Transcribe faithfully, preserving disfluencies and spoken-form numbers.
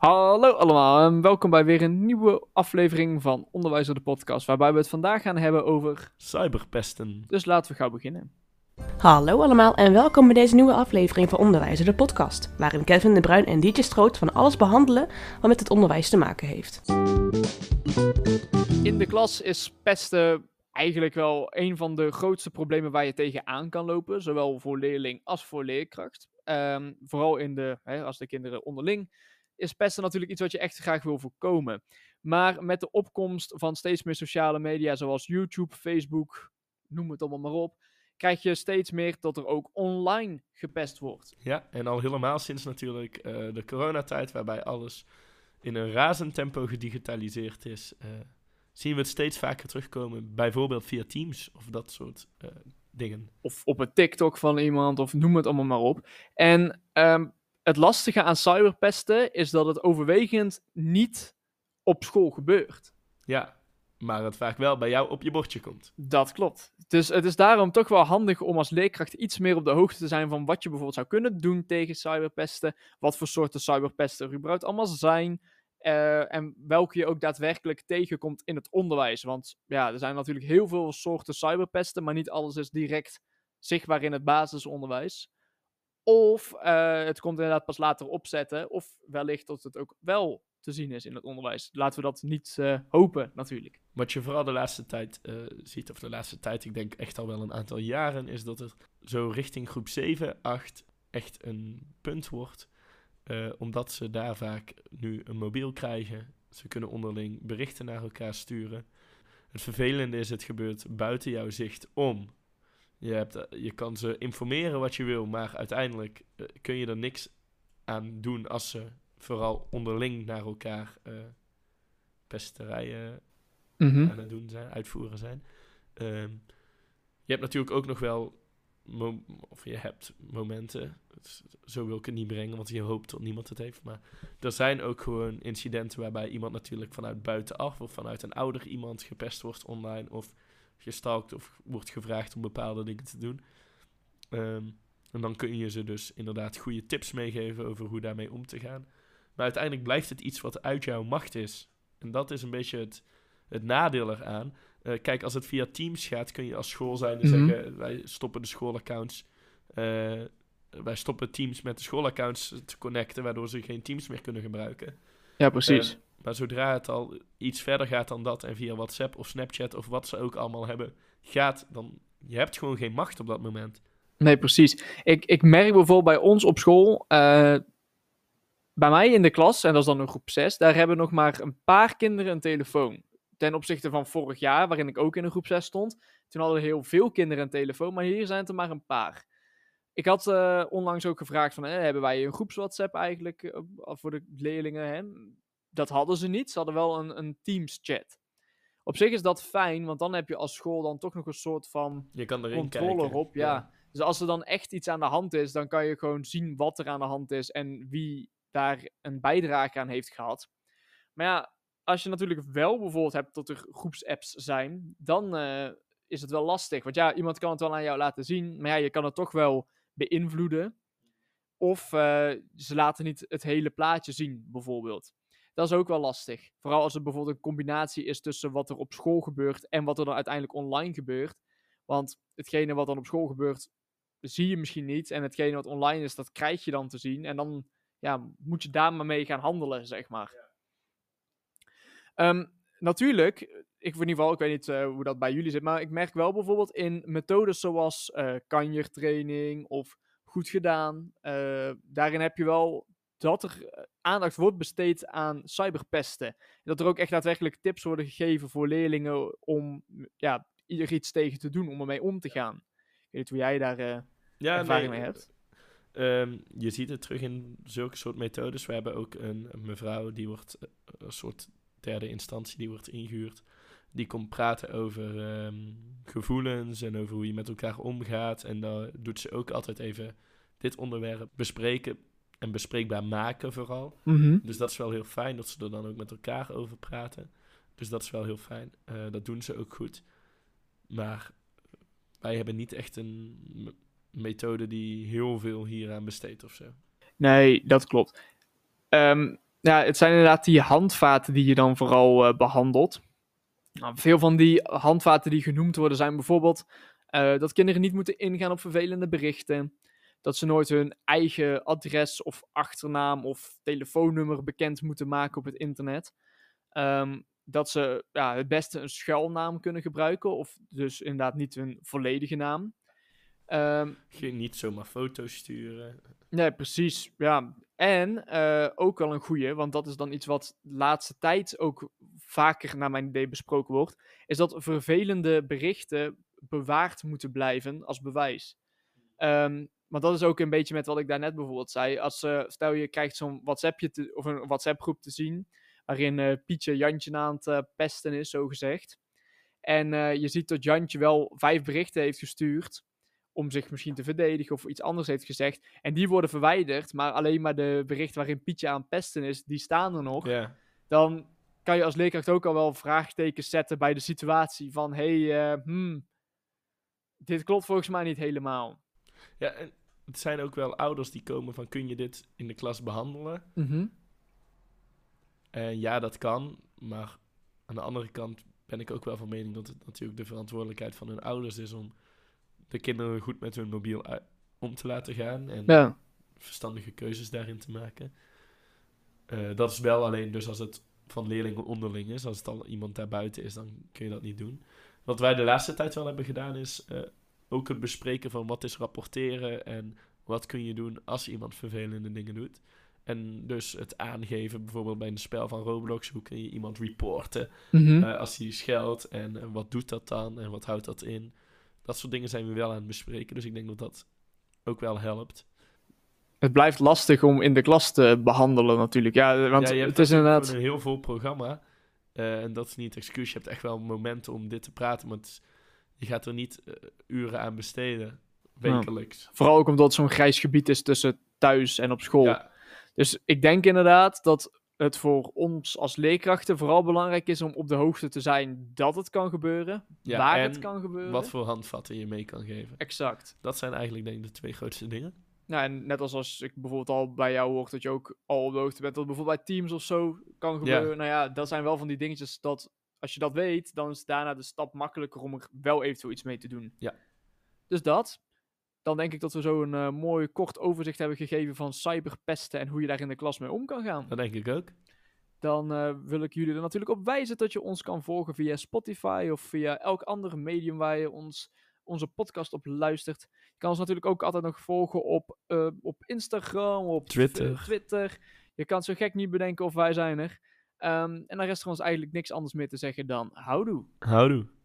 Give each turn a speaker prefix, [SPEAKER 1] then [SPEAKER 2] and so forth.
[SPEAKER 1] Hallo allemaal en welkom bij weer een nieuwe aflevering van Onderwijzer de podcast, waarbij we het vandaag gaan hebben over...
[SPEAKER 2] cyberpesten.
[SPEAKER 1] Dus laten we gauw beginnen.
[SPEAKER 3] Hallo allemaal en welkom bij deze nieuwe aflevering van Onderwijzer de podcast, waarin Kevin de Bruin en D J Stroot van alles behandelen wat met het onderwijs te maken heeft.
[SPEAKER 1] In de klas is pesten eigenlijk wel een van de grootste problemen waar je tegenaan kan lopen, zowel voor leerling als voor leerkracht. Um, vooral in de, hè, als de kinderen onderling, is pesten natuurlijk iets wat je echt graag wil voorkomen. Maar met de opkomst van steeds meer sociale media zoals YouTube, Facebook, noem het allemaal maar op, krijg je steeds meer dat er ook online gepest wordt.
[SPEAKER 2] Ja, en al helemaal sinds natuurlijk uh, de coronatijd, waarbij alles in een razend tempo gedigitaliseerd is, uh, zien we het steeds vaker terugkomen, bijvoorbeeld via Teams of dat soort uh, dingen.
[SPEAKER 1] Of op een TikTok van iemand, of noem het allemaal maar op. En um, het lastige aan cyberpesten is dat het overwegend niet op school gebeurt.
[SPEAKER 2] Ja, maar het vaak wel bij jou op je bordje komt.
[SPEAKER 1] Dat klopt. Dus het is daarom toch wel handig om als leerkracht iets meer op de hoogte te zijn van wat je bijvoorbeeld zou kunnen doen tegen cyberpesten. Wat voor soorten cyberpesten er überhaupt allemaal zijn. Uh, en welke je ook daadwerkelijk tegenkomt in het onderwijs. Want ja, er zijn natuurlijk heel veel soorten cyberpesten, maar niet alles is direct zichtbaar in het basisonderwijs. Of uh, het komt inderdaad pas later opzetten, of wellicht dat het ook wel te zien is in het onderwijs. Laten we dat niet uh, hopen, natuurlijk.
[SPEAKER 2] Wat je vooral de laatste tijd uh, ziet, of de laatste tijd, ik denk echt al wel een aantal jaren, is dat het zo richting groep zeven, acht echt een punt wordt. Uh, omdat ze daar vaak nu een mobiel krijgen. Ze kunnen onderling berichten naar elkaar sturen. Het vervelende is, het gebeurt buiten jouw zicht om. Je, hebt, uh, je kan ze informeren wat je wil, maar uiteindelijk uh, kun je er niks aan doen als ze vooral onderling naar elkaar uh, pesterijen mm-hmm. aan het doen zijn, uitvoeren zijn. Uh, je hebt natuurlijk ook nog wel, mo- of je hebt momenten, zo wil ik het niet brengen, want je hoopt dat niemand het heeft, maar er zijn ook gewoon incidenten waarbij iemand natuurlijk vanuit buitenaf of vanuit een ouder iemand gepest wordt online of gestalkt of wordt gevraagd om bepaalde dingen te doen. Um, en dan kun je ze dus inderdaad goede tips meegeven over hoe daarmee om te gaan. Maar uiteindelijk blijft het iets wat uit jouw macht is. En dat is een beetje het, het nadeel eraan. Uh, kijk, als het via Teams gaat, kun je als school zijn en mm-hmm. zeggen, wij stoppen de schoolaccounts, uh, wij stoppen Teams met de schoolaccounts te connecten, waardoor ze geen Teams meer kunnen gebruiken.
[SPEAKER 1] Ja, precies. Uh,
[SPEAKER 2] maar zodra het al iets verder gaat dan dat en via WhatsApp of Snapchat of wat ze ook allemaal hebben, gaat, dan je hebt gewoon geen macht op dat moment.
[SPEAKER 1] Nee, precies. Ik, ik merk bijvoorbeeld bij ons op school, uh, bij mij in de klas, en dat is dan een groep zes, daar hebben nog maar een paar kinderen een telefoon. Ten opzichte van vorig jaar, waarin ik ook in een groep zes stond. Toen hadden heel veel kinderen een telefoon, maar hier zijn het er maar een paar. Ik had uh, onlangs ook gevraagd van, eh, hebben wij een groeps WhatsApp eigenlijk uh, voor de leerlingen? Hè? Dat hadden ze niet. Ze hadden wel een, een Teams chat. Op zich is dat fijn, want dan heb je als school dan toch nog een soort van
[SPEAKER 2] je kan erin
[SPEAKER 1] controle
[SPEAKER 2] kijken.
[SPEAKER 1] op. Ja. Ja. Dus als er dan echt iets aan de hand is, dan kan je gewoon zien wat er aan de hand is en wie daar een bijdrage aan heeft gehad. Maar ja, als je natuurlijk wel bijvoorbeeld hebt dat er groepsapps zijn, dan uh, is het wel lastig. Want ja, iemand kan het wel aan jou laten zien, maar ja, je kan het toch wel beïnvloeden. Of uh, ze laten niet het hele plaatje zien, bijvoorbeeld. Dat is ook wel lastig. Vooral als het bijvoorbeeld een combinatie is tussen wat er op school gebeurt en wat er dan uiteindelijk online gebeurt. Want hetgene wat dan op school gebeurt, zie je misschien niet. En hetgene wat online is, dat krijg je dan te zien. En dan ja, moet je daar maar mee gaan handelen, zeg maar. Ja. Um, natuurlijk, ik in ieder geval, ik weet niet uh, hoe dat bij jullie zit, maar ik merk wel bijvoorbeeld in methodes zoals uh, kanjertraining of goed gedaan. Uh, daarin heb je wel dat er aandacht wordt besteed aan cyberpesten. En dat er ook echt daadwerkelijk tips worden gegeven voor leerlingen om ja, er iets tegen te doen, om ermee om te gaan. Ik weet niet hoe jij daar uh, ja, ervaring nee, mee hebt.
[SPEAKER 2] Um, je ziet het terug in zulke soort methodes. We hebben ook een, een mevrouw, die wordt uh, een soort derde instantie, die wordt ingehuurd. Die komt praten over um, gevoelens en over hoe je met elkaar omgaat. En dan doet ze ook altijd even dit onderwerp bespreken en bespreekbaar maken vooral.
[SPEAKER 1] Mm-hmm.
[SPEAKER 2] Dus dat is wel heel fijn, dat ze er dan ook met elkaar over praten. Dus dat is wel heel fijn. Uh, dat doen ze ook goed. Maar wij hebben niet echt een m- methode die heel veel hieraan besteedt of zo.
[SPEAKER 1] Nee, dat klopt. Um, ja, het zijn inderdaad die handvaten die je dan vooral uh, behandelt. Nou, veel van die handvaten die genoemd worden zijn bijvoorbeeld uh, dat kinderen niet moeten ingaan op vervelende berichten. Dat ze nooit hun eigen adres of achternaam of telefoonnummer bekend moeten maken op het internet. Um, dat ze ja, het beste een schuilnaam kunnen gebruiken. Of dus inderdaad niet hun volledige naam. Um,
[SPEAKER 2] Geen niet zomaar foto's sturen.
[SPEAKER 1] Nee, precies. Ja. En uh, ook wel een goeie, want dat is dan iets wat de laatste tijd ook vaker naar mijn idee besproken wordt. Is dat vervelende berichten bewaard moeten blijven als bewijs. Um, Want dat is ook een beetje met wat ik daarnet bijvoorbeeld zei. Als, uh, stel je krijgt zo'n WhatsAppje te, of een WhatsApp-groep te zien, waarin uh, Pietje Jantje aan het uh, pesten is, zogezegd. En uh, je ziet dat Jantje wel vijf berichten heeft gestuurd, om zich misschien te verdedigen of iets anders heeft gezegd. En die worden verwijderd, maar alleen maar de berichten waarin Pietje aan het pesten is, die staan er nog.
[SPEAKER 2] Yeah.
[SPEAKER 1] Dan kan je als leerkracht ook al wel vraagtekens zetten bij de situatie van, hé, hey, uh, hmm, dit klopt volgens mij niet helemaal.
[SPEAKER 2] Ja, en het zijn ook wel ouders die komen van, kun je dit in de klas behandelen?
[SPEAKER 1] Mm-hmm.
[SPEAKER 2] En ja, dat kan, maar aan de andere kant ben ik ook wel van mening dat het natuurlijk de verantwoordelijkheid van hun ouders is om de kinderen goed met hun mobiel uit- om te laten gaan en
[SPEAKER 1] Ja.
[SPEAKER 2] verstandige keuzes daarin te maken. Uh, dat is wel alleen dus als het van leerlingen onderling is. Als het al iemand daarbuiten is, dan kun je dat niet doen. Wat wij de laatste tijd wel hebben gedaan is uh, ook het bespreken van wat is rapporteren en wat kun je doen als iemand vervelende dingen doet. En dus het aangeven, bijvoorbeeld bij een spel van Roblox, hoe kun je iemand reporten
[SPEAKER 1] Mm-hmm.
[SPEAKER 2] uh, als hij scheldt en uh, wat doet dat dan en wat houdt dat in. Dat soort dingen zijn we wel aan het bespreken, dus ik denk dat dat ook wel helpt.
[SPEAKER 1] Het blijft lastig om in de klas te behandelen natuurlijk. Ja, want
[SPEAKER 2] ja, je hebt
[SPEAKER 1] het is inderdaad
[SPEAKER 2] een heel vol programma uh, en dat is niet het excuus. Je hebt echt wel momenten om dit te praten, maar het is, je gaat er niet uh, uren aan besteden, wekelijks.
[SPEAKER 1] Ja. Vooral ook omdat het zo'n grijs gebied is tussen thuis en op school.
[SPEAKER 2] Ja.
[SPEAKER 1] Dus ik denk inderdaad dat het voor ons als leerkrachten vooral belangrijk is om op de hoogte te zijn dat het kan gebeuren,
[SPEAKER 2] Ja,
[SPEAKER 1] waar
[SPEAKER 2] en
[SPEAKER 1] het kan gebeuren.
[SPEAKER 2] Wat voor handvatten je mee kan geven.
[SPEAKER 1] Exact.
[SPEAKER 2] Dat zijn eigenlijk denk ik de twee grootste dingen.
[SPEAKER 1] Nou, en net als als ik bijvoorbeeld al bij jou hoor dat je ook al op de hoogte bent dat het bijvoorbeeld bij Teams of zo kan gebeuren.
[SPEAKER 2] Ja.
[SPEAKER 1] Nou ja, dat zijn wel van die dingetjes dat als je dat weet, dan is daarna de stap makkelijker om er wel eventueel iets mee te doen.
[SPEAKER 2] Ja.
[SPEAKER 1] Dus dat. Dan denk ik dat we zo een uh, mooi kort overzicht hebben gegeven van cyberpesten en hoe je daar in de klas mee om kan gaan.
[SPEAKER 2] Dat denk ik ook.
[SPEAKER 1] Dan uh, wil ik jullie er natuurlijk op wijzen dat je ons kan volgen via Spotify of via elk ander medium waar je ons, onze podcast op luistert. Je kan ons natuurlijk ook altijd nog volgen op, uh, op Instagram, op
[SPEAKER 2] Twitter.
[SPEAKER 1] v- Twitter. Je kan het zo gek niet bedenken of wij zijn er. Um, en dan rest er ons eigenlijk niks anders meer te zeggen dan houdoe.
[SPEAKER 2] Houdoe.